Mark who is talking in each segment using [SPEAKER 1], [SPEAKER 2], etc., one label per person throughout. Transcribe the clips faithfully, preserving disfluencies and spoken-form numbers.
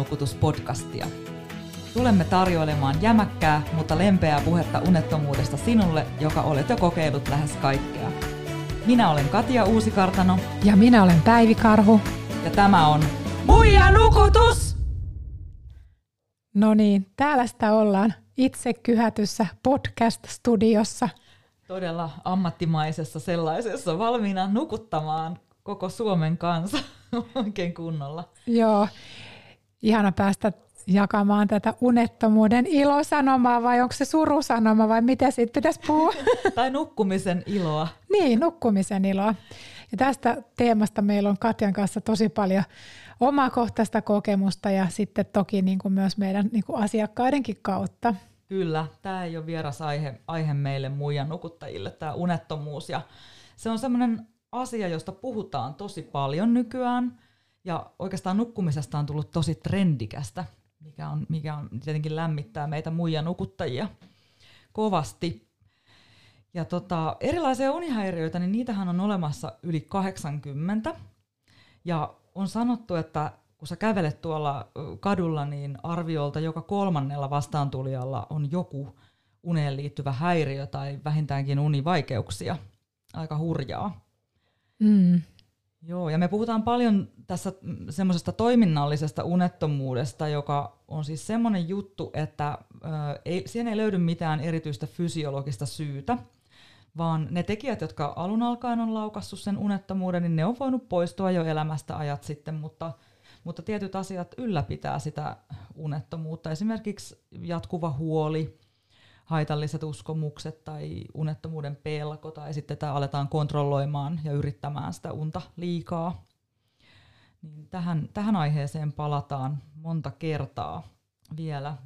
[SPEAKER 1] Muijanukutus-podcastia. Tulemme tarjoilemaan jämäkkää, mutta lempeää puhetta unettomuudesta sinulle, joka olet jo kokeillut lähes kaikkea. Minä olen Katja Uusikartano.
[SPEAKER 2] Ja minä olen Päivi Karhu.
[SPEAKER 1] Ja tämä on Muijanukutus!
[SPEAKER 2] No niin, täällä sitä ollaan itse kyhätyssä podcast-studiossa.
[SPEAKER 1] Todella ammattimaisessa sellaisessa, valmiina nukuttamaan koko Suomen kansa oikein kunnolla.
[SPEAKER 2] Joo, ihana päästä jakamaan tätä unettomuuden ilosanomaa, vai onko se surusanoma, vai mitä siitä pitäisi puhua?
[SPEAKER 1] Tai nukkumisen iloa.
[SPEAKER 2] Niin, nukkumisen iloa. Ja tästä teemasta meillä on Katjan kanssa tosi paljon omakohtaista kokemusta ja sitten toki niin kuin myös meidän niin kuin asiakkaidenkin kautta.
[SPEAKER 1] Kyllä, tämä ei ole vieras aihe, aihe meille muijan nukuttajille, tämä unettomuus. Ja se on sellainen asia, josta puhutaan tosi paljon nykyään. Ja oikeastaan nukkumisesta on tullut tosi trendikästä, mikä, on, mikä on, tietenkin lämmittää meitä muijan nukuttajia kovasti. Ja tota, erilaisia unihäiriöitä, niin niitähän on olemassa yli kahdeksankymmentä. Ja on sanottu, että kun sä kävelet tuolla kadulla, niin arviolta joka kolmannella vastaantulijalla on joku uneen liittyvä häiriö tai vähintäänkin univaikeuksia. Aika hurjaa.
[SPEAKER 2] Mm.
[SPEAKER 1] Joo, ja me puhutaan paljon tässä semmoisesta toiminnallisesta unettomuudesta, joka on siis semmoinen juttu, että äh, ei, siihen ei löydy mitään erityistä fysiologista syytä, vaan ne tekijät, jotka alun alkaen on laukassut sen unettomuuden, niin ne on voinut poistua jo elämästä ajat sitten, mutta, mutta tietyt asiat ylläpitää sitä unettomuutta. Esimerkiksi jatkuva huoli, haitalliset uskomukset tai unettomuuden pelko, tai sitten tämä aletaan kontrolloimaan ja yrittämään sitä unta liikaa. Niin tähän, tähän aiheeseen palataan monta kertaa vielä.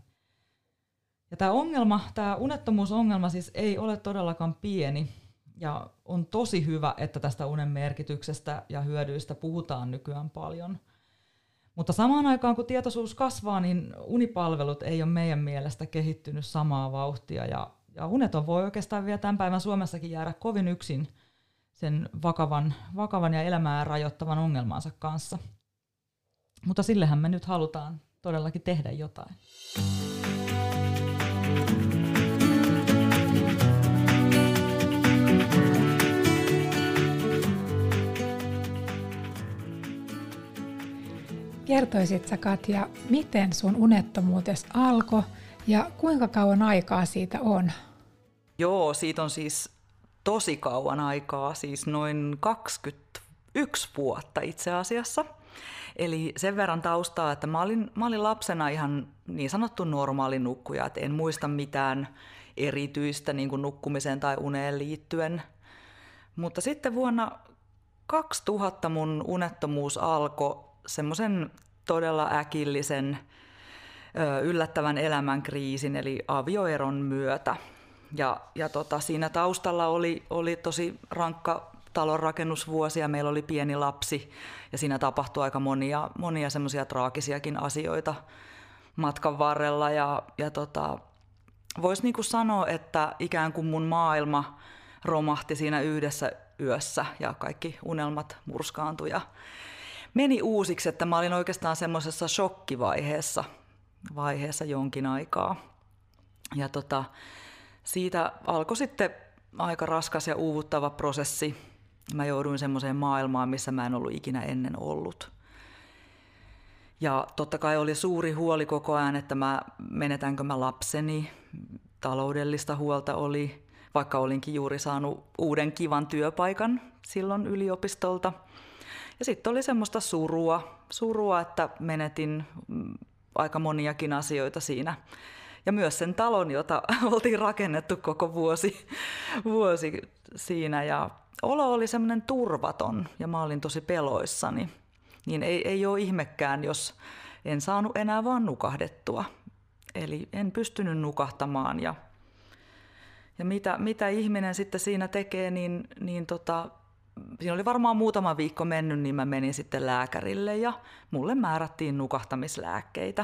[SPEAKER 1] Ja tämä ongelma, tämä unettomuusongelma siis ei ole todellakaan pieni, ja on tosi hyvä, että tästä unen merkityksestä ja hyödyistä puhutaan nykyään paljon. Mutta samaan aikaan, kun tietoisuus kasvaa, niin unipalvelut ei ole meidän mielestä kehittynyt samaa vauhtia, ja, ja uneton voi oikeastaan vielä tämän päivän Suomessakin jäädä kovin yksin sen vakavan, vakavan ja elämää rajoittavan ongelmansa kanssa. Mutta sillehän me nyt halutaan todellakin tehdä jotain.
[SPEAKER 2] Kertoisit sä, Katja, miten sun unettomuutes alkoi ja kuinka kauan aikaa siitä on?
[SPEAKER 1] Joo, siitä on siis tosi kauan aikaa, siis noin kaksikymmentäyksi vuotta itse asiassa. Eli sen verran taustaa, että mä olin, mä olin lapsena ihan niin sanottu normaali nukkuja, että en muista mitään erityistä niin kuin nukkumiseen tai uneen liittyen. Mutta sitten vuonna kaksituhatta mun unettomuus alkoi semmoisen todella äkillisen, yllättävän elämänkriisin, eli avioeron myötä. Ja, ja tota, siinä taustalla oli, oli tosi rankka talonrakennusvuosi ja meillä oli pieni lapsi. Ja siinä tapahtui aika monia, monia semmoisia traagisiakin asioita matkan varrella. Ja, ja tota, voisi niinku sanoa, että ikään kuin mun maailma romahti siinä yhdessä yössä ja kaikki unelmat murskaantui ja meni uusiksi, että mä olin oikeastaan semmoisessa shokkivaiheessa vaiheessa jonkin aikaa. Ja tota, siitä alkoi sitten aika raskas ja uuvuttava prosessi. Mä jouduin semmoiseen maailmaan, missä mä en ollut ikinä ennen ollut. Ja totta kai oli suuri huoli koko ajan, että mä menetänkö mä lapseni. Taloudellista huolta oli, vaikka olinkin juuri saanut uuden kivan työpaikan silloin yliopistolta. Ja sitten oli semmoista surua, surua, että menetin aika moniakin asioita siinä. Ja myös sen talon, jota oltiin rakennettu koko vuosi, vuosi siinä. Ja olo oli semmoinen turvaton ja mä olin tosi peloissani. Niin ei, ei ole ihmekään, jos en saanut enää vaan nukahdettua. Eli en pystynyt nukahtamaan. Ja, ja mitä, mitä ihminen sitten siinä tekee, niin, niin tota, siinä oli varmaan muutama viikko mennyt, niin mä menin sitten lääkärille ja mulle määrättiin nukahtamislääkkeitä.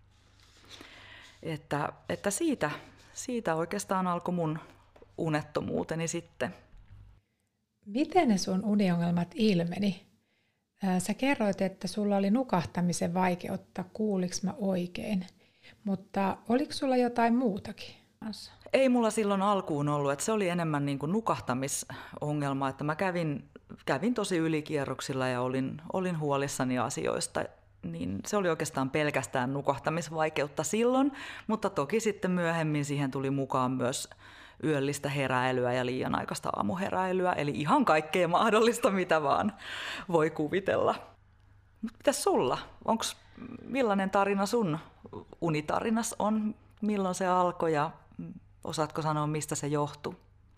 [SPEAKER 1] Että, että siitä, siitä oikeastaan alkoi mun unettomuuteni sitten.
[SPEAKER 2] Miten ne sun uniongelmat ilmeni? Sä kerroit, että sulla oli nukahtamisen vaikeutta, kuuliko mä oikein, mutta oliko sulla jotain muutakin?
[SPEAKER 1] Ei mulla silloin alkuun ollut, että se oli enemmän niin kuin nukahtamisongelma, että mä kävin, kävin tosi ylikierroksilla ja olin, olin huolissani asioista, niin se oli oikeastaan pelkästään nukahtamisvaikeutta silloin, mutta toki sitten myöhemmin siihen tuli mukaan myös yöllistä heräilyä ja liian aikaista aamuheräilyä, eli ihan kaikkea mahdollista, mitä vaan voi kuvitella. Mutta mitäs sulla? Onks, millainen tarina sun unitarinas on? Milloin se alkoi ja osaatko sanoa, mistä se johtuu?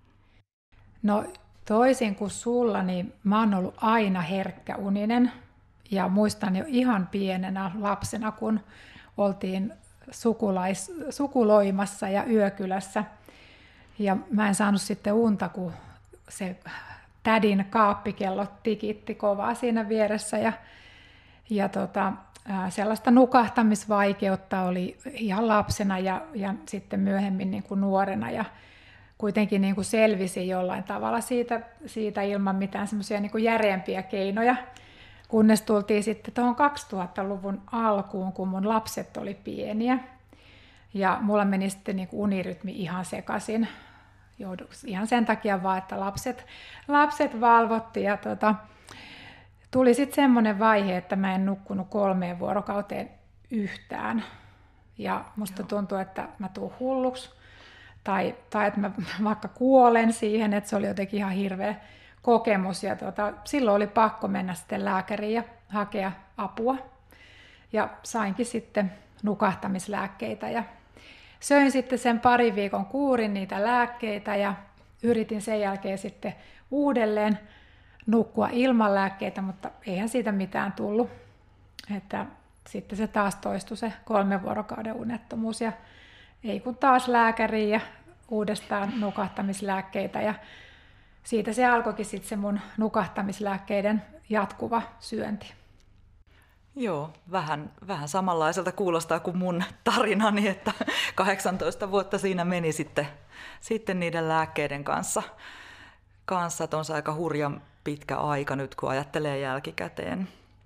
[SPEAKER 2] No toisin kuin sulla, niin mä oon ollut aina herkkäuninen. Ja muistan jo ihan pienenä lapsena, kun oltiin sukulais, sukuloimassa ja yökylässä. Ja mä en saanut sitten unta, kun se tädin kaappikello tikitti kovaa siinä vieressä. Ja, ja tota, sellaista nukahtamisvaikeutta oli ihan lapsena ja, ja sitten myöhemmin niin kuin nuorena. Ja kuitenkin niin kuin selvisin jollain tavalla siitä, siitä ilman mitään semmoisia niin kuin järeämpiä keinoja. Kunnes tultiin sitten tuohon kaksituhattaluvun alkuun, kun mun lapset oli pieniä. Ja mulla meni sitten niin kuin unirytmi ihan sekaisin. Jouduks ihan sen takia vaan, että lapset, lapset valvotti. Ja tota, tuli sitten semmoinen vaihe, että mä en nukkunut kolmeen vuorokauteen yhtään. Ja musta tuntui, että mä tuun hulluksi. Tai, tai että mä vaikka kuolen siihen, että se oli jotenkin ihan hirveä kokemus. Ja tota, silloin oli pakko mennä sitten lääkäriin ja hakea apua. Ja sainkin sitten nukahtamislääkkeitä. Ja söin sitten sen parin viikon kuurin niitä lääkkeitä ja yritin sen jälkeen sitten uudelleen nukkua ilman lääkkeitä, mutta eihän siitä mitään tullut. Että sitten se taas toistui se kolmen vuorokauden unettomuus ja ei kun taas lääkäriin ja uudestaan nukahtamislääkkeitä ja siitä se alkoikin sitten se mun nukahtamislääkkeiden jatkuva syönti.
[SPEAKER 1] Joo, vähän, vähän samanlaiselta kuulostaa kuin mun tarinani, että kahdeksantoista vuotta siinä meni sitten, sitten niiden lääkkeiden kanssa. kanssa. On se aika hurjan pitkä aika nyt, kun ajattelee jälkikäteen.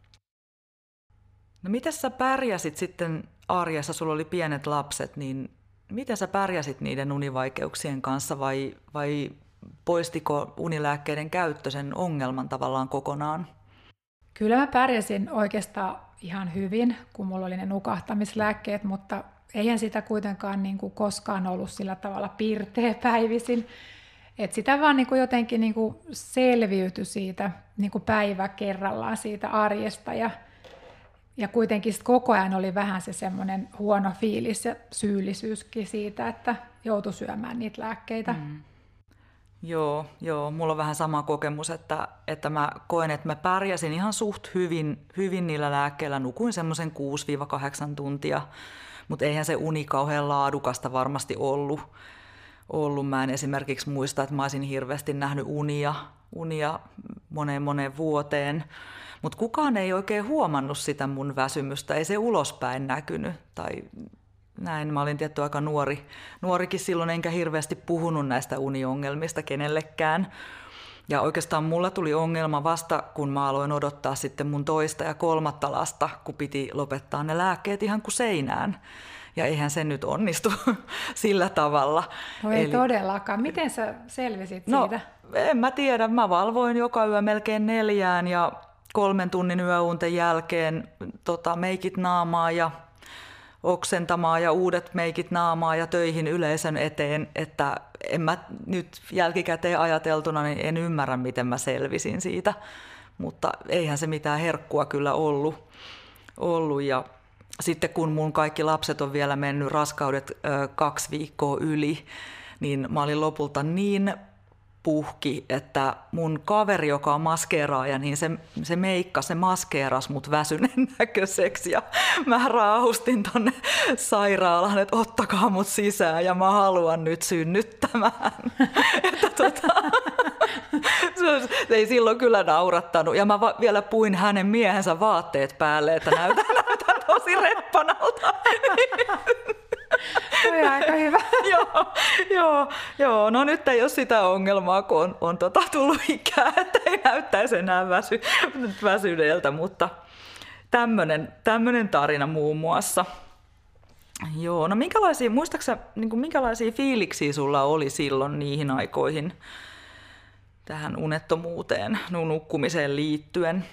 [SPEAKER 1] No miten sä pärjäsit sitten arjessa, sulla oli pienet lapset, niin miten sä pärjäsit niiden univaikeuksien kanssa vai, vai poistiko unilääkkeiden käyttö sen ongelman tavallaan kokonaan?
[SPEAKER 2] Kyllä mä pärjäsin oikeastaan ihan hyvin, kun mulla oli ne nukahtamislääkkeet, mutta eihän sitä kuitenkaan niin kuin koskaan ollut sillä tavalla pirteä päivisin. Et sitä vaan niin kuin jotenkin niin kuin selviytyi siitä niin kuin päivä kerrallaan siitä arjesta ja, ja kuitenkin koko ajan oli vähän se semmoinen huono fiilis ja syyllisyyskin siitä, että joutui syömään niitä lääkkeitä. Mm.
[SPEAKER 1] Joo, joo, mulla on vähän sama kokemus, että, että mä koen, että mä pärjäsin ihan suht hyvin, hyvin niillä lääkkeillä. Nukuin semmoisen kuusi kahdeksan tuntia, mutta eihän se uni kauhean laadukasta varmasti ollut. ollut. Mä en esimerkiksi muista, että mä olisin hirveästi nähnyt unia, unia moneen moneen vuoteen, mutta kukaan ei oikein huomannut sitä mun väsymystä, ei se ulospäin näkynyt tai näin. Mä olin tietty aika nuori, nuorikin silloin, enkä hirveästi puhunut näistä uniongelmista kenellekään. Ja oikeastaan mulla tuli ongelma vasta, kun mä aloin odottaa sitten mun toista ja kolmatta lasta, kun piti lopettaa ne lääkkeet ihan kuin seinään. Ja eihän se nyt onnistu sillä tavala.
[SPEAKER 2] No ei Eli... todellakaan. Miten sä selvisit
[SPEAKER 1] no,
[SPEAKER 2] siitä?
[SPEAKER 1] En mä tiedä. Mä valvoin joka yö melkein neljään ja kolmen tunnin yöunten jälkeen tota, meikit naamaa ja oksentamaa ja uudet meikit naamaa ja töihin yleisön eteen, että en mä nyt jälkikäteen ajateltuna, niin en ymmärrä, miten mä selvisin siitä. Mutta eihän se mitään herkkua kyllä ollut. ollut. Ja sitten kun mun kaikki lapset on vielä mennyt raskaudet ö, kaksi viikkoa yli, niin mä olin lopulta niin puhki, että mun kaveri, joka on maskeeraaja, niin se, se meikka, se maskeeras mut väsyneen näköiseksi ja mä raahustin tonne sairaalaan, että ottakaa mut sisään ja mä haluan nyt synnyttämään. että tota, se ei silloin kyllä naurattanut ja mä va- vielä puin hänen miehensä vaatteet päälle, että näytän, näytän tosi reppanalta.
[SPEAKER 2] Toi aika hyvä.
[SPEAKER 1] joo, joo, joo, no nyt ei ole sitä ongelmaa, kun on, on tota tullut ikää, että ei näyttäisi enää väsy, väsyneeltä, mutta tämmöinen, tämmöinen tarina muun muassa. Joo, no minkälaisia, muistaaksä, niin kuin minkälaisia fiiliksiä sulla oli silloin niihin aikoihin tähän unettomuuteen, nukkumiseen liittyen?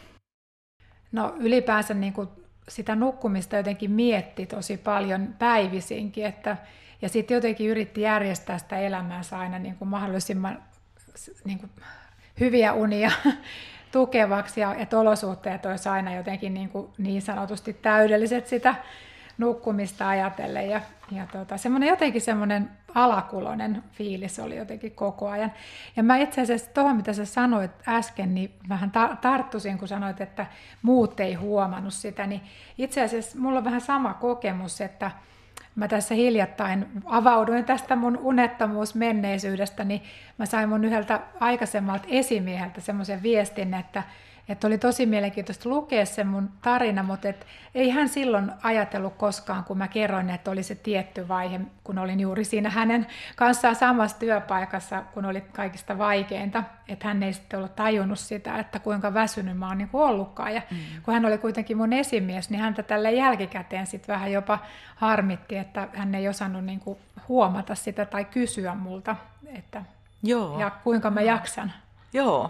[SPEAKER 2] No ylipäänsä niin kuin sitä nukkumista jotenkin mietti tosi paljon päivisinkin, että, ja sitten jotenkin yritti järjestää sitä elämäänsä aina niin kuin mahdollisimman niin kuin hyviä unia tukevaksi, ja että olosuhteet olisi aina jotenkin niin, kuin niin sanotusti täydelliset sitä nukkumista ajatellen, ja, ja tota, semmoinen jotenkin semmoinen alakuloinen fiilis oli jotenkin koko ajan. Ja mä itse asiassa tuohon, mitä sä sanoit äsken, niin vähän ta- tarttuisin, kun sanoit, että muut ei huomannut sitä, niin itse asiassa mulla on vähän sama kokemus, että mä tässä hiljattain avauduin tästä mun unettomuusmenneisyydestä, niin mä sain mun yhdeltä aikaisemmalta esimieheltä semmoisen viestin, että Että oli tosi mielenkiintoista lukea se mun tarina, mutta et ei hän silloin ajatellut koskaan, kun mä kerroin, että oli se tietty vaihe, kun olin juuri siinä hänen kanssaan samassa työpaikassa, kun oli kaikista vaikeinta. Että hän ei sitten ollut tajunnut sitä, että kuinka väsynyt mä oon niin kuin ollutkaan. Ja mm. kun hän oli kuitenkin mun esimies, niin häntä tälle jälkikäteen sitten vähän jopa harmitti, että hän ei osannut niin kuin huomata sitä tai kysyä multa, että
[SPEAKER 1] Joo.
[SPEAKER 2] ja kuinka mä jaksan.
[SPEAKER 1] Joo.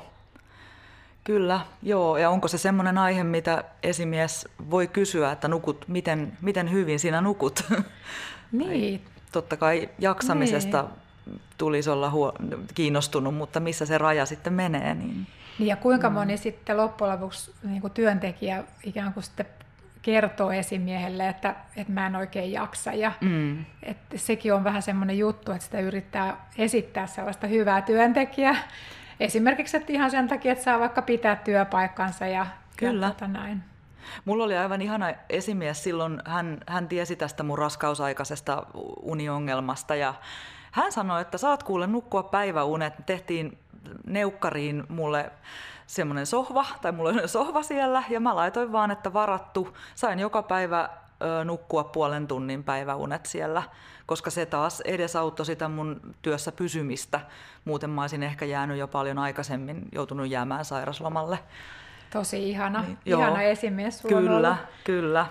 [SPEAKER 1] Kyllä, joo. Ja onko se semmoinen aihe, mitä esimies voi kysyä, että nukut, miten, miten hyvin sinä nukut?
[SPEAKER 2] Niin.
[SPEAKER 1] Totta kai jaksamisesta niin. tulisi olla huo- kiinnostunut, mutta missä se raja sitten menee? Niin,
[SPEAKER 2] niin ja kuinka moni mm. sitten loppujen lopuksi niin kuin työntekijä ikään kuin sitten kertoo esimiehelle, että, että mä en oikein jaksa. Ja mm. että sekin on vähän semmoinen juttu, että sitä yrittää esittää sellaista hyvää työntekijää. Esimerkiksi että ihan sen takia, että saa vaikka pitää työpaikkansa ja,
[SPEAKER 1] Kyllä.
[SPEAKER 2] ja tota näin.
[SPEAKER 1] Mulla oli aivan ihana esimies silloin, hän, hän tiesi tästä mun raskausaikaisesta uniongelmasta ja hän sanoi, että saat kuule nukkua päiväunet. Tehtiin neukkariin mulle semmoinen sohva, tai mulla oli sohva siellä ja mä laitoin vaan, että varattu. Sain joka päivä ö, nukkua puolen tunnin päiväunet siellä, koska se taas edesauttoi sitä mun työssä pysymistä. Muuten mä olisin ehkä jäänyt jo paljon aikaisemmin, joutunut jäämään sairaslomalle.
[SPEAKER 2] Tosi ihana,
[SPEAKER 1] niin,
[SPEAKER 2] ihana joo. esimies sulla on
[SPEAKER 1] Kyllä,
[SPEAKER 2] ollut.
[SPEAKER 1] kyllä.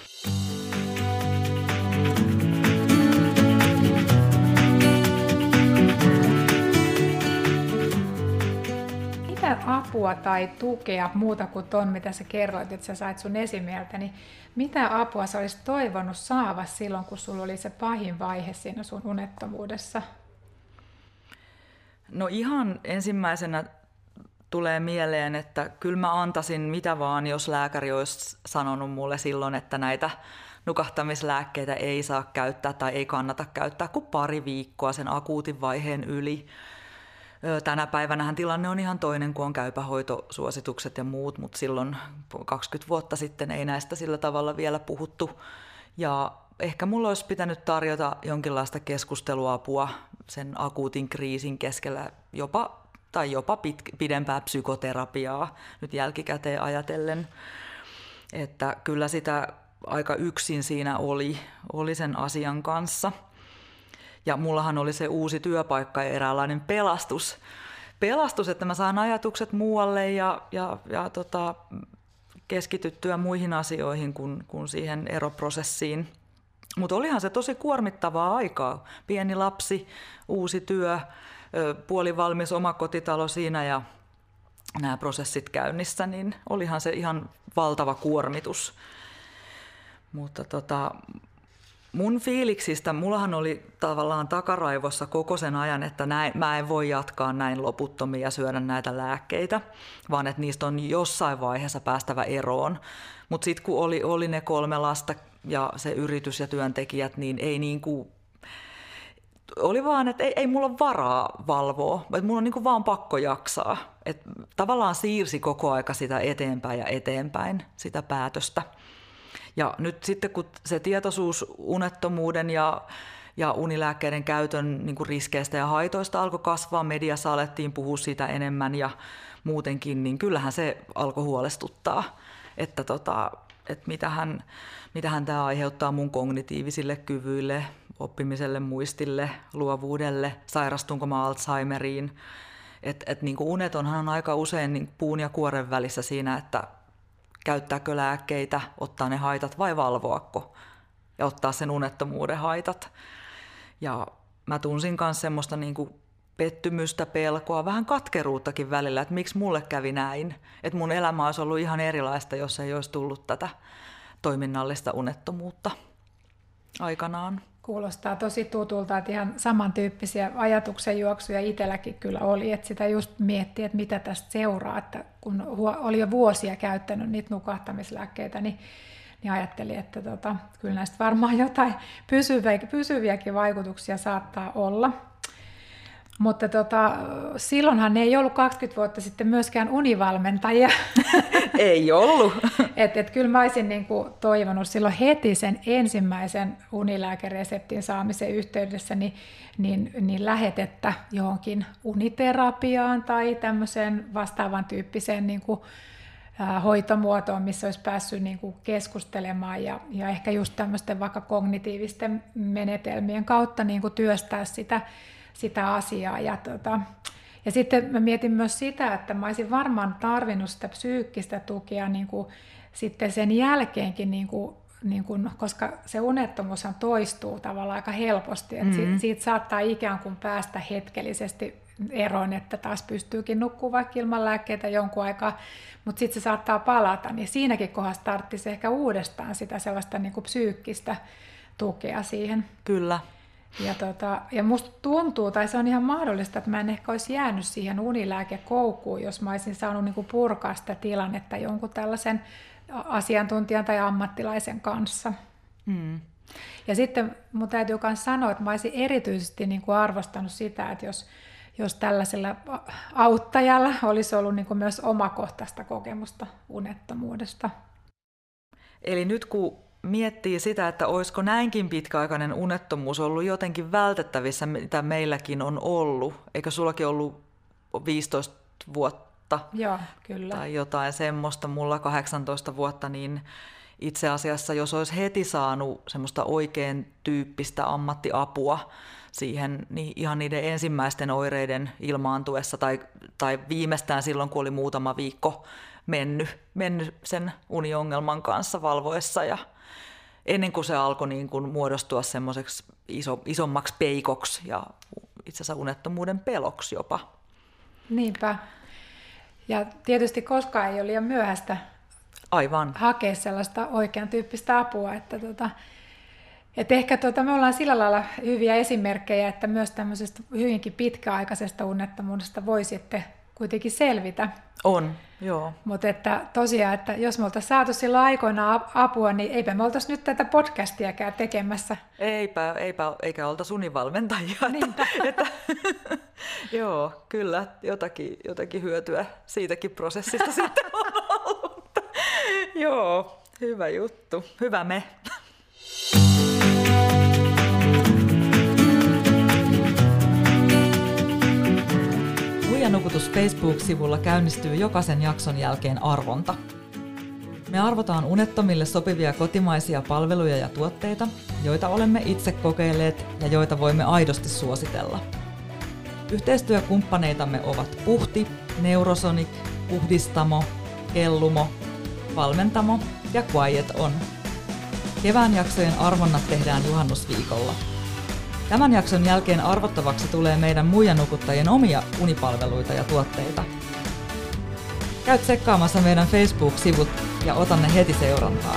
[SPEAKER 2] Mitä apua tai tukea muuta kuin ton, mitä sä kerroit, että sä sait sun esimieltä, niin mitä apua sä olisit toivonut saava silloin, kun sulla oli se pahin vaihe siinä sun unettomuudessa?
[SPEAKER 1] No ihan ensimmäisenä tulee mieleen, että kyllä mä antaisin mitä vaan, jos lääkäri olisi sanonut mulle silloin, että näitä nukahtamislääkkeitä ei saa käyttää tai ei kannata käyttää kuin pari viikkoa sen akuutin vaiheen yli. Tänä päivänähän tilanne on ihan toinen, kun on käypähoitosuositukset ja muut, mutta silloin kaksikymmentä vuotta sitten ei näistä sillä tavalla vielä puhuttu. Ja ehkä mulla olisi pitänyt tarjota jonkinlaista keskusteluapua sen akuutin kriisin keskellä, jopa, tai jopa pit, pidempää psykoterapiaa nyt jälkikäteen ajatellen. Että kyllä sitä aika yksin siinä oli, oli sen asian kanssa. Ja mullahan oli se uusi työpaikka ja eräänlainen pelastus, pelastus että mä saan ajatukset muualle ja, ja, ja tota, keskityttyä muihin asioihin kuin, kuin siihen eroprosessiin. Mutta olihan se tosi kuormittavaa aikaa. Pieni lapsi, uusi työ, puolivalmis omakotitalo siinä ja nämä prosessit käynnissä, niin olihan se ihan valtava kuormitus. Mutta tota... Mun fiiliksistä, mullahan oli tavallaan takaraivossa koko sen ajan, että näin, mä en voi jatkaa näin loputtomia ja syödä näitä lääkkeitä, vaan että niistä on jossain vaiheessa päästävä eroon. Mutta sitten kun oli, oli ne kolme lasta ja se yritys ja työntekijät, niin ei niin kuin, oli vaan, että ei, ei mulla ole varaa valvoa, että mulla on niin kuin vaan pakko jaksaa. Et tavallaan siirsi koko aika sitä eteenpäin ja eteenpäin, sitä päätöstä. Ja nyt sitten kun se tietoisuus unettomuuden ja, ja unilääkkeiden käytön niin kuin riskeistä ja haitoista alkoi kasvaa, mediassa alettiin puhua siitä enemmän ja muutenkin, niin kyllähän se alkoi huolestuttaa, että, tota, että mitähän, mitähän tämä aiheuttaa mun kognitiivisille kyvyille, oppimiselle, muistille, luovuudelle, sairastunko mä Alzheimeriin. Et, et niin kuin unet onhan on aika usein niin puun ja kuoren välissä siinä, että käyttääkö lääkkeitä, ottaa ne haitat vai valvoako ja ottaa sen unettomuuden haitat. Ja mä tunsin myös semmoista niin kuin pettymystä, pelkoa, vähän katkeruuttakin välillä, että miksi mulle kävi näin. Että mun elämä olisi ollut ihan erilaista, jos ei olisi tullut tätä toiminnallista unettomuutta aikanaan.
[SPEAKER 2] Kuulostaa tosi tutulta, että ihan samantyyppisiä ajatuksenjuoksuja itselläkin kyllä oli, että sitä just miettii, että mitä tästä seuraa, että kun oli jo vuosia käyttänyt niitä nukahtamislääkkeitä, niin, niin ajattelin, että tota, kyllä näistä varmaan jotain pysyviä, pysyviäkin vaikutuksia saattaa olla. Mutta tota, silloinhan ne ei ollut kaksikymmentä vuotta sitten myöskään univalmentajia.
[SPEAKER 1] Ei ollut.
[SPEAKER 2] et, et kyllä mä olisin niinku toivonut silloin heti sen ensimmäisen unilääkereseptin saamisen yhteydessä niin, niin, niin lähetettä johonkin uniterapiaan tai tämmöiseen vastaavan tyyppiseen niinku, ä, hoitomuotoon, missä olisi päässyt niinku keskustelemaan ja, ja ehkä just tämmöisten vaikka kognitiivisten menetelmien kautta niinku työstää sitä sitä asiaa. Ja, tota, ja sitten mä mietin myös sitä, että mä olisin varmaan tarvinnut sitä psyykkistä tukea niin kuin sitten sen jälkeenkin, niin kuin, niin kuin, koska se unettomuushan toistuu tavallaan aika helposti. Että mm-hmm. siitä saattaa ikään kuin päästä hetkellisesti eroon, että taas pystyykin nukkumaan vaikka ilman lääkkeitä jonkun aikaa, mutta sitten se saattaa palata, niin siinäkin kohdassa tarvitsisi ehkä uudestaan sitä sellaista niin kuin psyykkistä tukea siihen.
[SPEAKER 1] Kyllä.
[SPEAKER 2] Ja, tota, ja musta tuntuu, tai se on ihan mahdollista, että mä en ehkä olisi jäänyt siihen unilääkekoukkuun, jos mä olisin saanut niinku purkaa sitä tilannetta jonkun tällaisen asiantuntijan tai ammattilaisen kanssa. Mm. Ja sitten mun täytyy myös sanoa, että mä olisin erityisesti niinku arvostanut sitä, että jos, jos tällaisella auttajalla olisi ollut niinku myös omakohtaista kokemusta unettomuudesta.
[SPEAKER 1] Eli nyt kun miettii sitä, että olisiko näinkin pitkäaikainen unettomuus ollut jotenkin vältettävissä, mitä meilläkin on ollut. Eikö sullakin ollut viisitoista vuotta?
[SPEAKER 2] Joo, kyllä.
[SPEAKER 1] Tai jotain semmoista, mulla kahdeksantoista vuotta, niin itse asiassa jos olisi heti saanut semmoista oikein tyyppistä ammattiapua siihen niin ihan niiden ensimmäisten oireiden ilmaantuessa tai, tai viimeistään silloin, kun oli muutama viikko mennyt, mennyt sen uniongelman kanssa valvoessa ja ennen kuin se alkoi niin kuin muodostua semmoiseksi iso, isommaksi peikoksi ja itse asiassa unettomuuden peloksi jopa.
[SPEAKER 2] Niinpä. Ja tietysti koskaan ei ole liian myöhäistä
[SPEAKER 1] Aivan.
[SPEAKER 2] hakea sellaista oikean tyyppistä apua. Että tota, et ehkä tota, me ollaan sillä lailla hyviä esimerkkejä, että myös tämmöisestä hyvinkin pitkäaikaisesta unettomuudesta voi sitten kuitenkin selvitä.
[SPEAKER 1] On, joo.
[SPEAKER 2] Mutta että tosiaan, että jos me oltaisiin saatu silloin aikoinaan apua, niin eipä me oltaisi nyt tätä podcastiakään tekemässä.
[SPEAKER 1] Eipä, eipä eikä oltaisi univalmentajia.
[SPEAKER 2] Niinpä.
[SPEAKER 1] Että, että, joo, kyllä, jotakin, jotakin hyötyä siitäkin prosessista sitten on ollut. Joo, hyvä juttu. Hyvä me. Nukutus Facebook-sivulla käynnistyy jokaisen jakson jälkeen arvonta. Me arvotaan unettomille sopivia kotimaisia palveluja ja tuotteita, joita olemme itse kokeilleet ja joita voimme aidosti suositella. Yhteistyökumppaneitamme ovat Puhti, Neurosonic, Puhdistamo, Kellumo, Valmentamo ja Quiet On. Kevään jaksojen arvonnat tehdään juhannusviikolla. Tämän jakson jälkeen arvottavaksi tulee meidän muijanukuttajien omia unipalveluita ja tuotteita. Käy tsekkaamassa meidän Facebook-sivut ja ota ne heti seurantaan.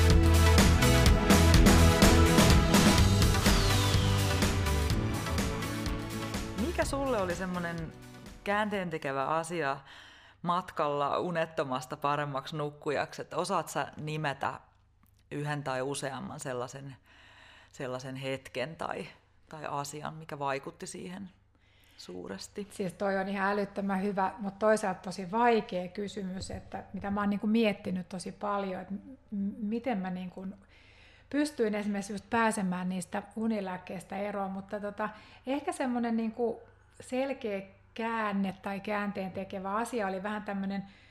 [SPEAKER 1] Mikä sulle oli semmoinen käänteentekevä asia matkalla unettomasta paremmaksi nukkujaksi, että osaat sä nimetä yhden tai useamman sellaisen, sellaisen hetken tai tai asian, mikä vaikutti siihen suuresti?
[SPEAKER 2] Siis toi on ihan älyttömän hyvä, mutta toisaalta tosi vaikea kysymys, että mitä mä oon niin kuin miettinyt tosi paljon, että m- miten mä niin kuin pystyin esimerkiksi just pääsemään niistä unilääkkeistä eroon, mutta tota, ehkä semmoinen niin kuin selkeä käänne tai käänteen tekevä asia oli vähän tämmöinen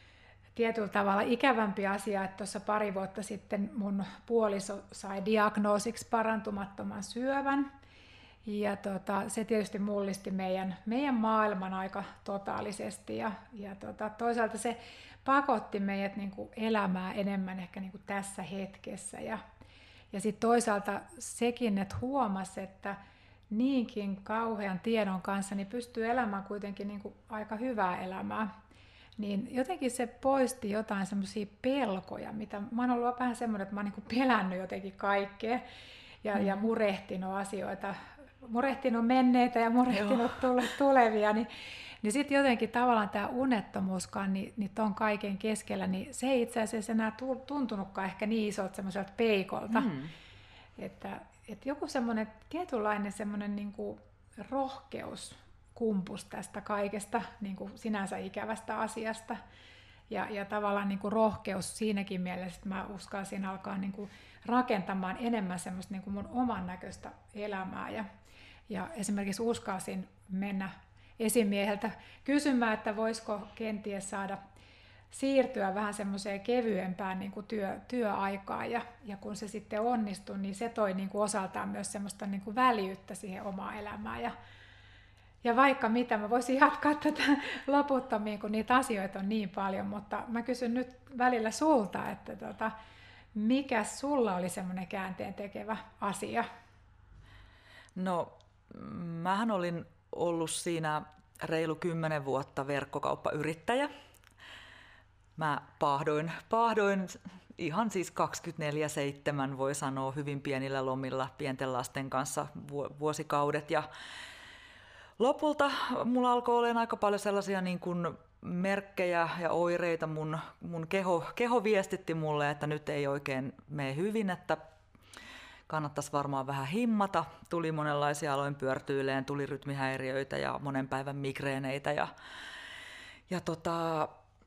[SPEAKER 2] tietyllä tavalla ikävämpi asia, että tuossa pari vuotta sitten mun puoliso sai diagnoosiksi parantumattoman syövän. Ja tota, se tietysti mullisti meidän, meidän maailman aika totaalisesti ja, ja tota, toisaalta se pakotti meidät niin kuin elämään enemmän ehkä niin kuin tässä hetkessä. Ja, ja sitten toisaalta sekin, että huomasi, että niinkin kauhean tiedon kanssa niin pystyy elämään kuitenkin niin kuin aika hyvää elämää. Niin jotenkin se poisti jotain semmoisia pelkoja, mitä mä oon ollut vähän semmoinen, että mä oon niin kuin pelännyt jotenkin kaikkea ja, mm. ja murehtinut asioita, murehtinut menneitä ja murehtinut tule, tulevia, niin, niin sitten jotenkin tavallaan tämä unettomuuskaan, niin, niin ton kaiken keskellä, niin se ei itse asiassa enää tuntunutkaan ehkä niin isolta semmoiselta peikolta, mm. että, että joku semmoinen tietynlainen semmoinen niin kuin rohkeus kumpus tästä kaikesta niin kuin sinänsä ikävästä asiasta. Ja, ja tavallaan niin kuin rohkeus siinäkin mielessä, että mä uskalsin alkaa niin kuin rakentamaan enemmän semmoista niin kuin mun oman näköistä elämää. Ja, ja esimerkiksi uskalsin mennä esimieheltä kysymään, että voisiko kenties saada siirtyä vähän semmoiseen kevyempään niin kuin työ, työaikaan. Ja, ja kun se sitten onnistui, niin se toi niin kuin osaltaan myös semmoista niin kuin väljyyttä siihen omaan elämään. Ja, Ja vaikka mitä, mä voisin jatkaa tätä loputtomiin, kun niitä asioita on niin paljon, mutta mä kysyn nyt välillä sulta, että tota, mikä sulla oli semmoinen käänteen tekevä asia?
[SPEAKER 1] No, mähän olin ollut siinä reilu kymmenen vuotta verkkokauppayrittäjä. Mä pahdoin, pahdoin ihan siis kaksikymmentäneljä seitsemän, voi sanoa, hyvin pienillä lomilla pienten lasten kanssa vuosikaudet. Ja lopulta mulla alkoi olemaan aika paljon sellaisia niin kuin merkkejä ja oireita. Mun, mun keho, keho viestitti mulle, että nyt ei oikein mene hyvin, että kannattaisi varmaan vähän himmata. Tuli monenlaisia, aloin pyörtyileen, tuli rytmihäiriöitä ja monen päivän migreeneitä. Ja, ja tota,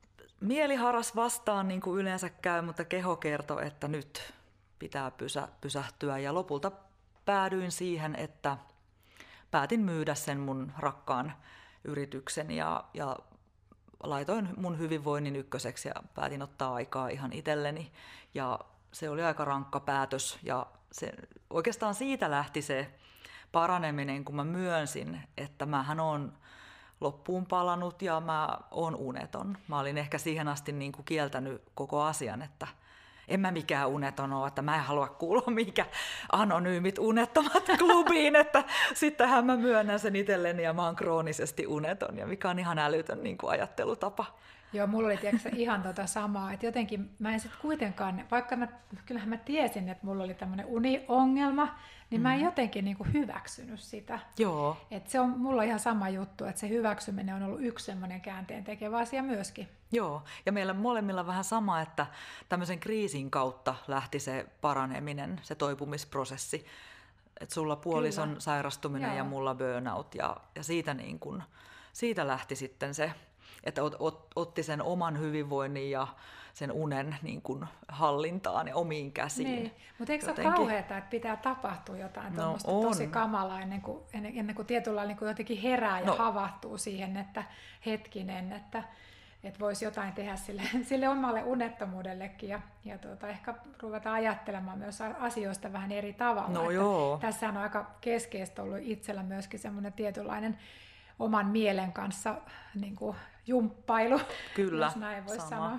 [SPEAKER 1] mieli haras vastaan, niin kuin yleensä käy, mutta keho kertoi, että nyt pitää pysä, pysähtyä. Ja lopulta päädyin siihen, että päätin myydä sen mun rakkaan yrityksen ja, ja laitoin mun hyvinvoinnin ykköseksi ja päätin ottaa aikaa ihan itselleni. Ja se oli aika rankka päätös ja se, oikeastaan siitä lähti se paraneminen, kun mä myönsin, että mähän oon loppuun palannut ja mä oon uneton. Mä olin ehkä siihen asti niin kuin kieltänyt koko asian, että en mä mikään uneton ole, että mä en halua kuulua mikä anonyymit unettomat klubiin, että sittenhän mä myönnän sen itselleni ja mä oon kroonisesti uneton, ja mikä on ihan älytön niin kuin ajattelutapa.
[SPEAKER 2] Joo, mulla oli tiedätkö, ihan tota samaa, että jotenkin mä en sitten kuitenkaan, vaikka mä, kyllähän mä tiesin, että mulla oli tämmöinen uniongelma, niin mm. mä en jotenkin niin kuin hyväksynyt sitä.
[SPEAKER 1] Joo.
[SPEAKER 2] Et se on mulla ihan sama juttu, että se hyväksyminen on ollut yksi semmoinen käänteen tekevä asia myöskin.
[SPEAKER 1] Joo, ja meillä molemmilla vähän sama, että tämmöisen kriisin kautta lähti se paraneminen, se toipumisprosessi. Että sulla puolison Kyllä. sairastuminen Joo. ja mulla burnout, ja, ja siitä, niin kun, siitä lähti sitten se, että ot, ot, otti sen oman hyvinvoinnin ja sen unen niin kun hallintaan ja omiin käsiin.
[SPEAKER 2] Niin. Mutta eikö se ole kauheata, että pitää tapahtua jotain no, tosi kamalaa ennen kuin, ennen kuin tietyllä niin kuin jotenkin herää ja no. havahtuu siihen, että hetkinen, että että voisi jotain tehdä sille, sille omalle unettomuudellekin ja, ja tuota, ehkä ruveta ajattelemaan myös asioista vähän eri tavalla.
[SPEAKER 1] No joo.
[SPEAKER 2] Tässä on aika keskeistä ollut itsellä myöskin semmoinen tietynlainen oman mielen kanssa niin kuin jumppailu,
[SPEAKER 1] Kyllä,
[SPEAKER 2] jos näin voi sanoa.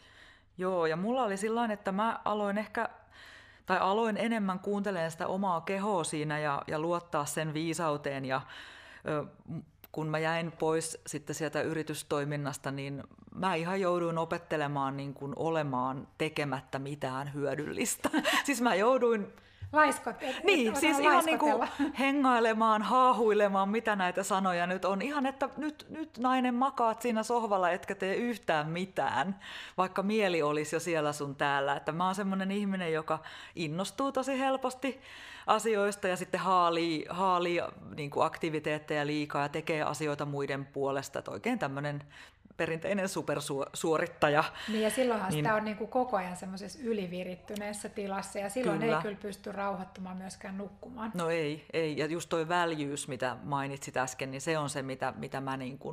[SPEAKER 1] Joo, ja mulla oli sillain, että mä aloin ehkä, tai aloin enemmän kuuntelemaan sitä omaa kehoa siinä ja, ja luottaa sen viisauteen ja ö, kun mä jäin pois sitten sieltä yritystoiminnasta, niin mä ihan jouduin opettelemaan niin kuin olemaan tekemättä mitään hyödyllistä. Siis mä jouduin
[SPEAKER 2] Laiskot, et,
[SPEAKER 1] niin,
[SPEAKER 2] et
[SPEAKER 1] siis ihan niin kuin hengailemaan, haahuilemaan, mitä näitä sanoja nyt on. Ihan, että nyt, nyt nainen makaat siinä sohvalla, etkä tee yhtään mitään, vaikka mieli olisi jo siellä sun täällä. Että mä oon semmoinen ihminen, joka innostuu tosi helposti asioista ja sitten haalii, haalii niin kuin aktiviteetteja liikaa ja tekee asioita muiden puolesta. Että oikein tämmöinen perinteinen supersuorittaja.
[SPEAKER 2] Niin ja silloinhan niin, sitä on niin kuin koko ajan semmoisessa ylivirittyneessä tilassa ja silloin kyllä. ei kyllä pysty rauhoittumaan myöskään nukkumaan.
[SPEAKER 1] No ei, ei. Ja just toi väljyys, mitä mainitsit äsken, niin se on se, mitä, mitä mä niin kuin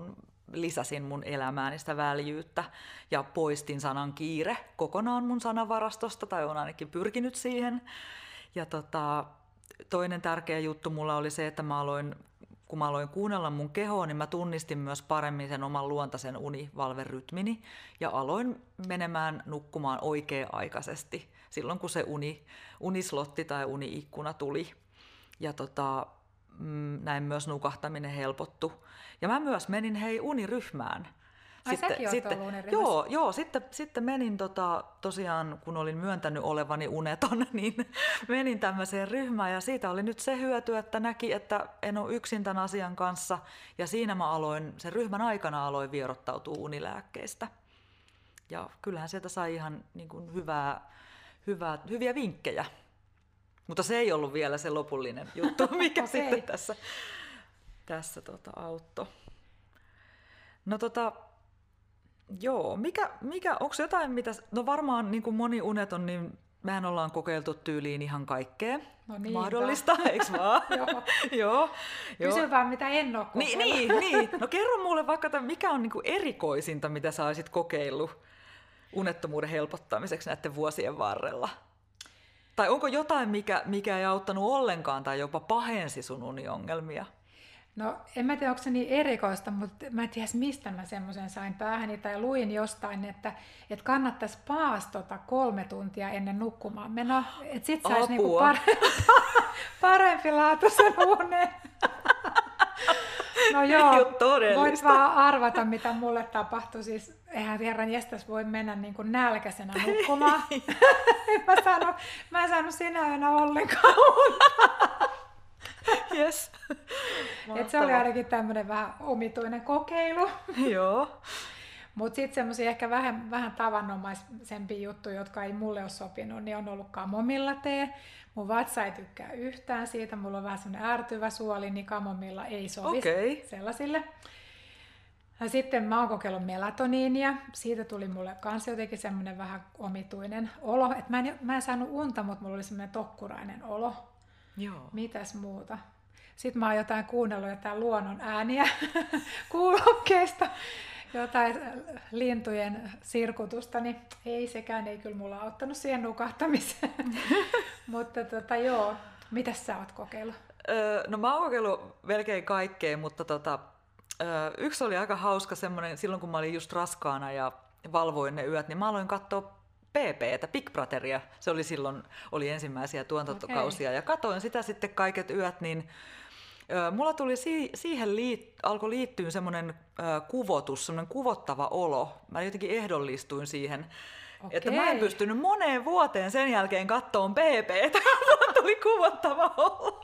[SPEAKER 1] lisäsin mun elämääni sitä väljyyttä ja poistin sanan kiire kokonaan mun sanavarastosta, tai olen ainakin pyrkinyt siihen. Ja tota, toinen tärkeä juttu mulla oli se, että mä aloin, kun mä aloin kuunnella mun kehoa, niin mä tunnistin myös paremmin sen oman luontaisen univalverytmini ja aloin menemään nukkumaan oikea-aikaisesti silloin, kun se uni, unislotti tai uni-ikkuna tuli. Ja tota, näin myös nukahtaminen helpottui. Ja mä myös menin hei uniryhmään.
[SPEAKER 2] Ai sitten, säkin oot ollut uniryhmässä?
[SPEAKER 1] Joo, joo sitten, sitten menin tota, tosiaan, kun olin myöntänyt olevani uneton, niin menin tämmöiseen ryhmään ja siitä oli nyt se hyöty, että näki, että en ole yksin tämän asian kanssa. Ja siinä mä aloin, sen ryhmän aikana aloin vierottautua unilääkkeistä. Ja kyllähän sieltä sai ihan niin kuin hyvää, hyvää, hyviä vinkkejä. Mutta se ei ollut vielä se lopullinen juttu, mikä okay. sitten tässä, tässä tota, auttoi. No tota, joo, mikä, mikä, onko jotain, mitä, no varmaan niin kuin moni uneton, niin mehän ollaan kokeiltu tyyliin ihan kaikkea
[SPEAKER 2] no niin,
[SPEAKER 1] mahdollista, eikö vaan?
[SPEAKER 2] joo.
[SPEAKER 1] joo,
[SPEAKER 2] Kysy
[SPEAKER 1] joo.
[SPEAKER 2] vaan, mitä en ole
[SPEAKER 1] kokeillut. Niin, niin, niin. No kerro mulle vaikka, että mikä on niin kuin erikoisinta, mitä sä olisit kokeillut unettomuuden helpottamiseksi näiden vuosien varrella? Tai onko jotain, mikä, mikä ei auttanut ollenkaan tai jopa pahensi sun uniongelmia?
[SPEAKER 2] No en mä tiedä, onko se niin erikoista, mutta mä en tiedä, mistä mä semmoisen sain päähäni tai luin jostain, että, että kannattaisi paastota kolme tuntia ennen nukkumaan menoa. Että sit saisi niinku parempi, parempi laatuisen unen. No joo, voit vaan arvata, mitä mulle tapahtui. Siis eihän herran jestas voi mennä niin kuin nälkäisenä nukkumaan. mä, saanut, mä en saanut sinä yönä ollenkaan unta.
[SPEAKER 1] Yes.
[SPEAKER 2] Et se oli ainakin tämmöinen vähän omituinen kokeilu.
[SPEAKER 1] Joo.
[SPEAKER 2] Mutta sitten semmoisia ehkä vähän, vähän tavanomaisempia juttuja, jotka ei mulle ole sopinut, niin on ollut kamomillatee. Mun vatsa ei tykkää yhtään siitä. Mulla on vähän semmoinen ärtyvä suoli, niin kamomilla ei sovi
[SPEAKER 1] okay.
[SPEAKER 2] sellaisille. Ja sitten mä oon kokeillut melatoniinia. Siitä tuli mulle kans jotenkin semmoinen vähän omituinen olo. Et mä, en, mä en saanut unta, mutta mulla oli semmoinen tokkurainen olo.
[SPEAKER 1] Joo.
[SPEAKER 2] Mitäs muuta? Sitten mä oon jotain kuunnellut jotain luonnon ääniä kuulokkeista, jotain lintujen sirkutusta, niin ei sekään ei kyllä mulla auttanut siihen nukahtamiseen. Mutta tota joo, mitäs sä oot kokeillut?
[SPEAKER 1] Öö, no mä oon kokeillut melkein kaikkea, mutta tota, öö, yksi oli aika hauska semmoinen, silloin kun mä olin just raskaana ja valvoin ne yöt, niin mä aloin katsoa P P:tä, Big Brotheria. Se oli silloin oli ensimmäisiä tuotantokausia okay. ja katoin sitä sitten kaiket yöt, niin ö, mulla tuli si- siihen liit- alkoi liittyä semmoinen ö, kuvotus, semmoinen kuvottava olo. Mä jotenkin ehdollistuin siihen, okay. että mä en pystynyt moneen vuoteen sen jälkeen kattoon P P:tä, mulla tuli kuvottava olo.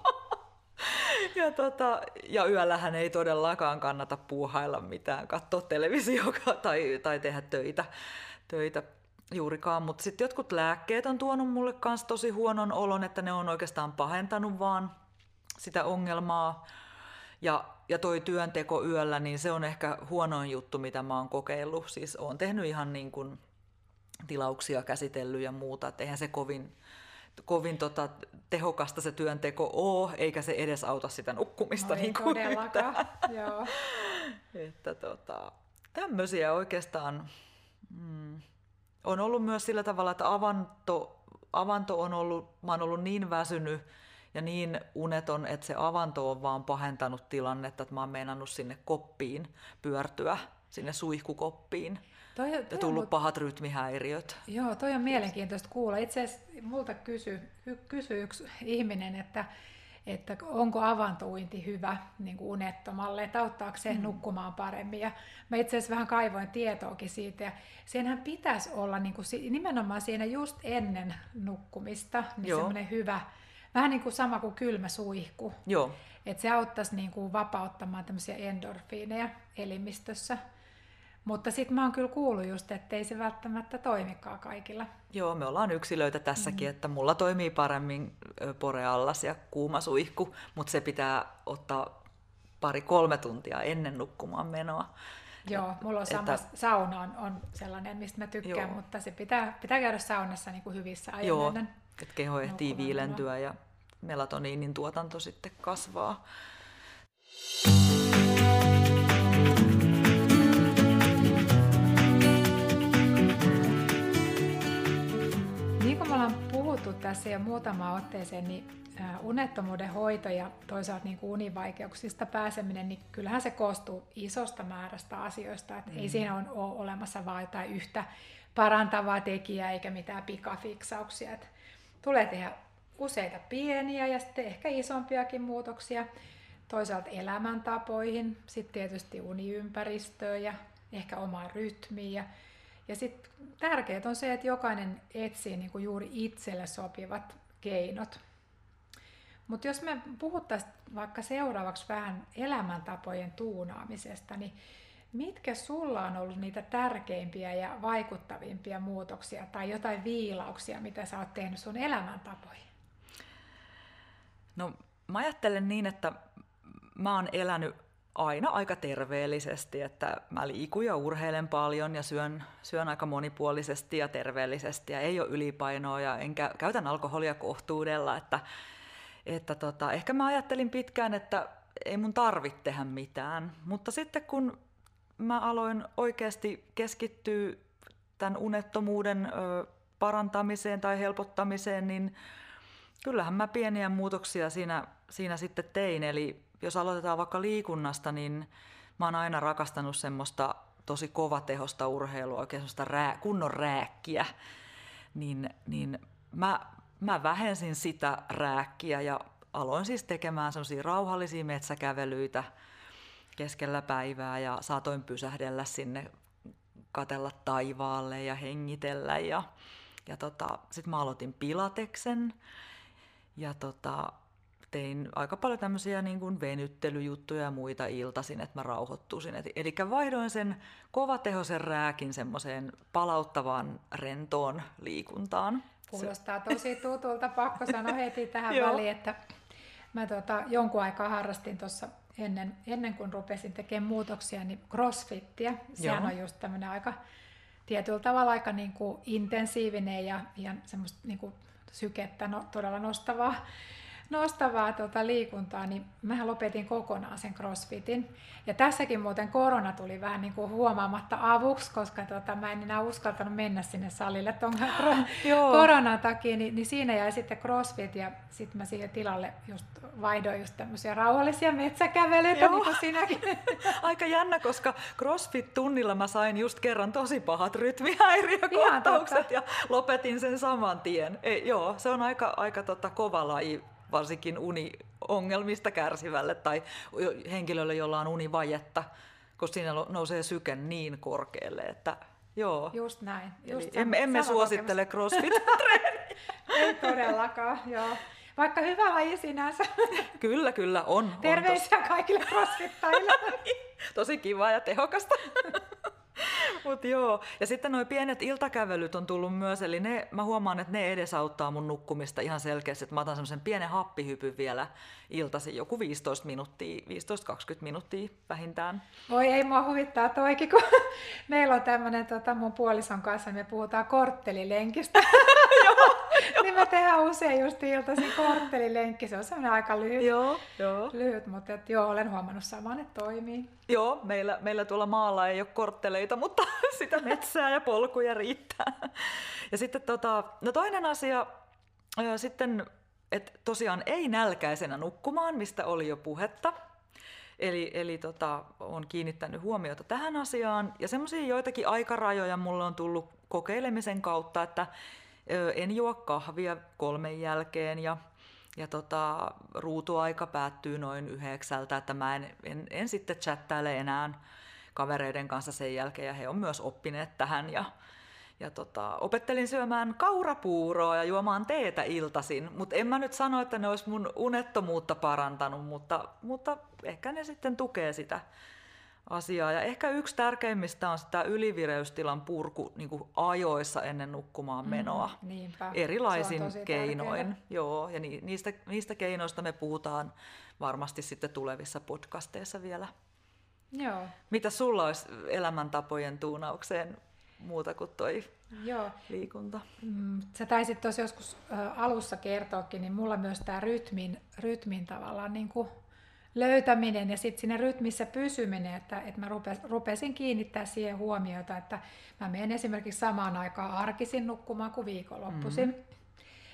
[SPEAKER 1] Ja, tota, ja yöllähän ei todellakaan kannata puuhailla mitään, katsoa televisiota tai, tai tehdä töitä. töitä. Juurikaan, mutta sitten jotkut lääkkeet on tuonut mulle kans tosi huonon olon, että ne on oikeastaan pahentanut vaan sitä ongelmaa. Ja, ja toi työnteko yöllä, niin se on ehkä huonoin juttu, mitä mä oon kokeillut. Siis oon tehnyt ihan niin kuin tilauksia käsitellyt ja muuta, että eihän se kovin, kovin tota, tehokasta se työnteko ole, eikä se edes auta sitä nukkumista.
[SPEAKER 2] No
[SPEAKER 1] niin kuin
[SPEAKER 2] todellakaan, joo.
[SPEAKER 1] Että tota, tämmöisiä oikeastaan... Mm, on ollut myös sillä tavalla, että avanto, avanto on ollut, mä oon ollut niin väsynyt ja niin uneton, että se avanto on vaan pahentanut tilannetta, että mä oon meinannut sinne koppiin pyörtyä, sinne suihkukoppiin. Toi, toi ja tullut mut... pahat rytmihäiriöt.
[SPEAKER 2] Joo, toi on mielenkiintoista kuulla. Itse asiassa multa kysyi kysy yksi ihminen, että että onko avantouinti hyvä niin kuin unettomalle, että auttaako se mm. nukkumaan paremmin. Ja mä itse asiassa vähän kaivoin tietoakin siitä, ja senhän pitäisi olla niin kuin, nimenomaan siinä just ennen nukkumista, niin semmoinen hyvä, vähän niin kuin sama kuin kylmä suihku.
[SPEAKER 1] Joo.
[SPEAKER 2] Että se auttaisi niin kuin vapauttamaan tämmöisiä endorfiineja elimistössä. Mutta sitten mä oon kyllä kuullut just, että ei se välttämättä toimikaan kaikilla.
[SPEAKER 1] Joo, me ollaan yksilöitä tässäkin, mm. että mulla toimii paremmin Borealas ja kuuma suihku, mutta se pitää ottaa pari-kolme tuntia ennen nukkumaan menoa.
[SPEAKER 2] Joo, mulla on sama, että... sauna on, on sellainen, mistä mä tykkään, joo. mutta se pitää, pitää käydä saunassa niin kuin hyvissä ajoin.
[SPEAKER 1] Joo, että keho ehtii viilentyä ja melatoniinin tuotanto sitten kasvaa.
[SPEAKER 2] puhuttu tässä jo muutamaan otteeseen, niin unettomuuden hoito ja toisaalta niin kuin univaikeuksista pääseminen, niin kyllähän se koostuu isosta määrästä asioista. Että mm. ei siinä ole olemassa vain jotain yhtä parantavaa tekijää eikä mitään pikafiksauksia. Että tulee tehdä useita pieniä ja sitten ehkä isompiakin muutoksia. Toisaalta elämäntapoihin, sitten tietysti uniympäristöön ja ehkä omaan rytmiin. Ja, ja sitten tärkeää on se, että jokainen etsii niin kuin juuri itselle sopivat keinot. Mutta jos me puhuttaisiin vaikka seuraavaksi vähän elämäntapojen tuunaamisesta, niin mitkä sulla on ollut niitä tärkeimpiä ja vaikuttavimpia muutoksia tai jotain viilauksia, mitä sä oot tehnyt sun elämäntapoihin?
[SPEAKER 1] No mä ajattelen niin, että mä oon elänyt aina aika terveellisesti, että mä liikun ja urheilen paljon ja syön, syön aika monipuolisesti ja terveellisesti ja ei ole ylipainoa ja enkä käytän alkoholia kohtuudella, että, että tota, ehkä mä ajattelin pitkään, että ei mun tarvitse tehdä mitään, mutta sitten kun mä aloin oikeasti keskittyä tämän unettomuuden ö, parantamiseen tai helpottamiseen, niin kyllähän mä pieniä muutoksia siinä, siinä sitten tein. Eli jos aloitetaan vaikka liikunnasta, niin mä oon aina rakastanut semmoista tosi kovatehosta urheilua, oikein semmoista rää, kunnon rääkkiä. Niin, niin mä, mä vähensin sitä rääkkiä ja aloin siis tekemään semmoisia rauhallisia metsäkävelyitä keskellä päivää ja saatoin pysähdellä sinne, katella taivaalle ja hengitellä. Ja, ja tota, sitten mä aloitin pilateksen ja tota, tein aika paljon tämmöisiä niin kuin venyttelyjuttuja ja muita iltaisin, että mä rauhoittuisin. Eli vaihdoin sen kovatehoisen rääkin semmoiseen palauttavaan, rentoon liikuntaan.
[SPEAKER 2] Kuulostaa tosi tutulta, pakko sanoa heti tähän väliin, että mä tota, jonkun aikaa harrastin tuossa ennen, ennen kuin rupesin tekemään muutoksia, niin crossfittiä. Sehän on just tämmöinen aika tietyllä tavalla aika niin kuin intensiivinen ja, ja semmoista niin kuin sykettä no, todella nostavaa, nostavaa tota, liikuntaa, niin mähän lopetin kokonaan sen crossfitin. Ja tässäkin muuten korona tuli vähän niin kuin huomaamatta avuksi, koska tota, mä en enää uskaltanut mennä sinne salille ton koronan takia, niin, niin siinä jäi sitten crossfit ja sitten mä siihen tilalle just vaihdoin just tämmöisiä rauhallisia metsäkävelyitä, niin kuin sinäkin.
[SPEAKER 1] Aika jännä, koska crossfit-tunnilla mä sain just kerran tosi pahat rytmihäiriökohtaukset ja lopetin sen saman tien. Ei, joo, se on aika, aika tota, kova laji, varsinkin uniongelmista kärsivälle tai henkilölle, jolla on univajetta, koska siinä nousee syke niin korkealle, että joo.
[SPEAKER 2] Just näin. Just
[SPEAKER 1] Eli emme emme suosittele crossfit-treeniä.
[SPEAKER 2] Ei todellakaan, joo. Vaikka hyvä laji sinänsä.
[SPEAKER 1] Kyllä, kyllä, on.
[SPEAKER 2] Terveisiä on tos... kaikille crossfittajille.
[SPEAKER 1] Tosi kiva ja tehokasta. Mut joo. Ja sitten nuo pienet iltakävelyt on tullut myös, eli ne, mä huomaan, että ne edesauttaa mun nukkumista ihan selkeästi, että mä otan semmoisen pienen happihypyn vielä iltaisin, joku viisitoista minuuttia, viisitoista kaksikymmentä minuuttia vähintään.
[SPEAKER 2] Voi ei mua huvittaa toikin, kun meillä on tämmönen tota, mun puolison kanssa, me puhutaan korttelilenkistä. Niin me tehdään usein just iltaisin korttelilenkki, se on semmoinen aika lyhyt,
[SPEAKER 1] joo, joo.
[SPEAKER 2] lyhyt mutta et, joo, olen huomannut saman, että toimii.
[SPEAKER 1] Joo, meillä, meillä tuolla maalla ei ole kortteleita, mutta sitä metsää ja polkuja riittää. Ja sitten tota, no toinen asia, ää, sitten, että tosiaan ei nälkäisenä nukkumaan, mistä oli jo puhetta. Eli, eli tota, olen kiinnittänyt huomiota tähän asiaan. Ja semmoisia joitakin aikarajoja mulle on tullut kokeilemisen kautta, että en juo kahvia kolmen jälkeen ja, ja tota, ruutuaika päättyy noin yhdeksältä, että mä en, en, en sitten chattaile enää kavereiden kanssa sen jälkeen ja he on myös oppineet tähän ja, ja tota, opettelin syömään kaurapuuroa ja juomaan teetä iltaisin, mutta en mä nyt sano, että ne olisi mun unettomuutta parantanut, mutta, mutta ehkä ne sitten tukee sitä asiaa. Ja ehkä yksi tärkeimmistä on sitä ylivireystilan purku niin kuin ajoissa ennen nukkumaan menoa.
[SPEAKER 2] Mm, niinpä.
[SPEAKER 1] Erilaisin keinoin. Joo, ja niistä, niistä keinoista me puhutaan varmasti sitten tulevissa podcasteissa vielä.
[SPEAKER 2] Joo.
[SPEAKER 1] Mitä sulla olisi elämäntapojen tuunaukseen muuta kuin toi
[SPEAKER 2] Joo.
[SPEAKER 1] liikunta?
[SPEAKER 2] Mm, sä taisit tuossa joskus ä, alussa kertoakin, niin mulla myös tämä rytmin, rytmin tavallaan niin kuin löytäminen ja sitten siinä rytmissä pysyminen, että, että mä rupes, rupesin kiinnittää siihen huomiota, että mä menen esimerkiksi samaan aikaan arkisin nukkumaan kuin viikonloppuisin. Mm-hmm.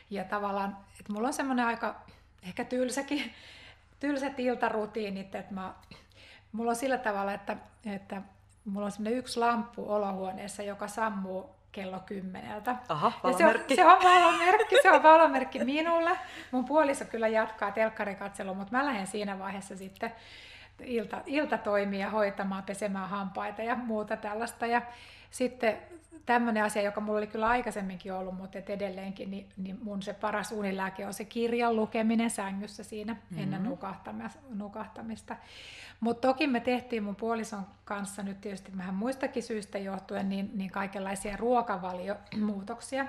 [SPEAKER 2] Ja tavallaan, että mulla on semmoinen aika ehkä tylsäkin, tylsät iltarutiinit, että mä, mulla on sillä tavalla, että, että mulla on semmoinen yksi lamppu olohuoneessa, joka sammuu kello kymmeneltä.
[SPEAKER 1] Aha,
[SPEAKER 2] valomerkki. Se on, se on valomerkki, se on valomerkki minulle. Mun puoliso kyllä jatkaa telkkarikatselua, mutta mä lähden siinä vaiheessa sitten ilta, iltatoimia hoitamaan, pesemään hampaita ja muuta tällaista. Ja sitten tämmöinen asia, joka mulla oli kyllä aikaisemminkin ollut, mutta et edelleenkin, niin, niin mun se paras unilääke on se kirjan lukeminen sängyssä siinä mm-hmm. ennen nukahtamista. Mutta toki me tehtiin mun puolison kanssa nyt tietysti vähän muistakin syistä johtuen niin, niin kaikenlaisia ruokavaliomuutoksia.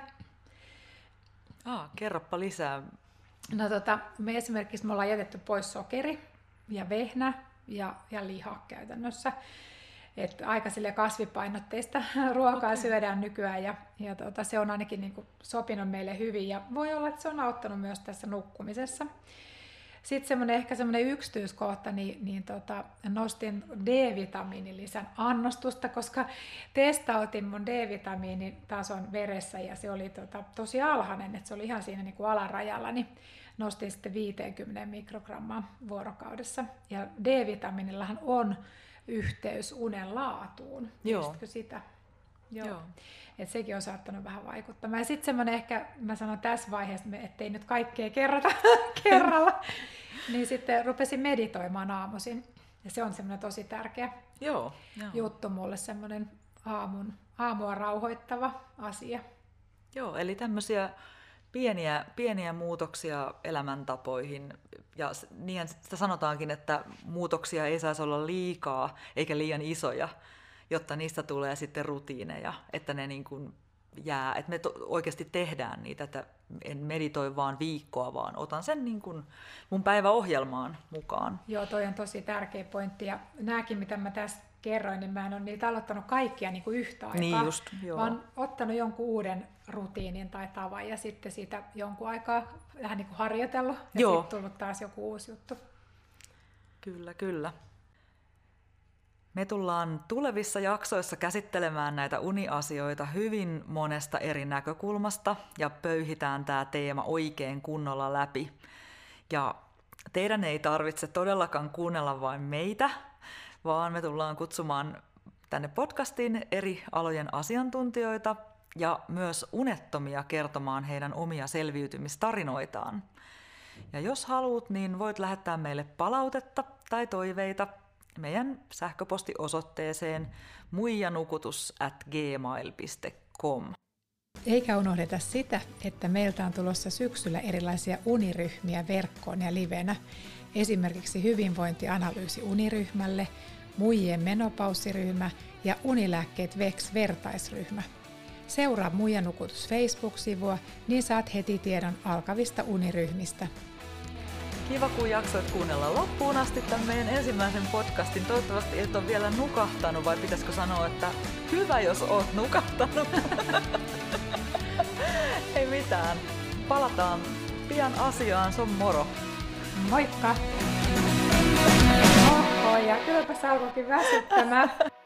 [SPEAKER 1] Ah, kerropa lisää.
[SPEAKER 2] No tota, me esimerkiksi me ollaan jätetty pois sokeri ja vehnä ja, ja liha käytännössä. Et aika sille kasvipainotteista ruokaa okay. syödään nykyään ja, ja tota, se on ainakin niinku sopinut meille hyvin ja voi olla, että se on auttanut myös tässä nukkumisessa. Sitten semmoinen, ehkä semmoinen yksityiskohta, niin, niin tota, nostin D-vitamiinilisän annostusta, koska testautin mun D-vitamiinin tason veressä ja se oli tota, tosi alhainen, että se oli ihan siinä niin kuin alarajalla, niin nostin sitten viisikymmentä mikrogrammaa vuorokaudessa. Ja D-vitamiinillahan on yhteys unen laatuun. Tiesitkö sitä? Joo. Joo. Et sekin on saattanut vähän vaikuttaa. Ja sitten semmoinen ehkä, mä sanon tässä vaiheessa, ettei nyt kaikkea kerrota kerralla, niin sitten rupesin meditoimaan aamuisin. Ja se on semmoinen tosi tärkeä
[SPEAKER 1] Joo, jo.
[SPEAKER 2] juttu mulle, semmoinen aamun, aamua rauhoittava asia.
[SPEAKER 1] Joo, eli tämmöisiä pieniä, pieniä muutoksia elämäntapoihin. Ja niin sitä sanotaankin, että muutoksia ei saisi olla liikaa eikä liian isoja, jotta niistä tulee sitten rutiineja, että ne niin kuin jää, että me to, oikeasti tehdään niitä, että en meditoi vaan viikkoa, vaan otan sen niin kuin mun päiväohjelmaan mukaan.
[SPEAKER 2] Joo, toi on tosi tärkeä pointti, ja nämäkin, mitä mä tässä kerroin, niin mä en ole niitä aloittanut kaikkia niin kuin yhtä aikaa,
[SPEAKER 1] niin just, joo.
[SPEAKER 2] vaan ottanut jonkun uuden rutiinin tai tavan, ja sitten siitä jonkun aikaa vähän niin kuin harjoitellut, ja joo. sitten tullut taas joku uusi juttu.
[SPEAKER 1] Kyllä, kyllä. Me tullaan tulevissa jaksoissa käsittelemään näitä uniasioita hyvin monesta eri näkökulmasta ja pöyhitään tämä teema oikein kunnolla läpi. Ja teidän ei tarvitse todellakaan kuunnella vain meitä, vaan me tullaan kutsumaan tänne podcastiin eri alojen asiantuntijoita ja myös unettomia kertomaan heidän omia selviytymistarinoitaan. Ja jos haluat, niin voit lähettää meille palautetta tai toiveita meidän sähköpostiosoitteeseen muijanukutus at gmail piste com.
[SPEAKER 2] Eikä unohdeta sitä, että meiltä on tulossa syksyllä erilaisia uniryhmiä verkkoon ja livenä. Esimerkiksi hyvinvointianalyysi uniryhmälle, muijien menopaussiryhmä ja unilääkkeet V E X-vertaisryhmä. Seuraa Muijanukutus Facebook-sivua, niin saat heti tiedon alkavista uniryhmistä.
[SPEAKER 1] Kiva, kun jaksoit kuunnella loppuun asti tämän meidän ensimmäisen podcastin. Toivottavasti et ole vielä nukahtanut, vai pitäisikö sanoa, että hyvä, jos oot nukahtanut. Ei mitään. Palataan pian asiaan. Se on moro.
[SPEAKER 2] Moikka! Oho, ja kylläpä sä alkoikin väsyttämään.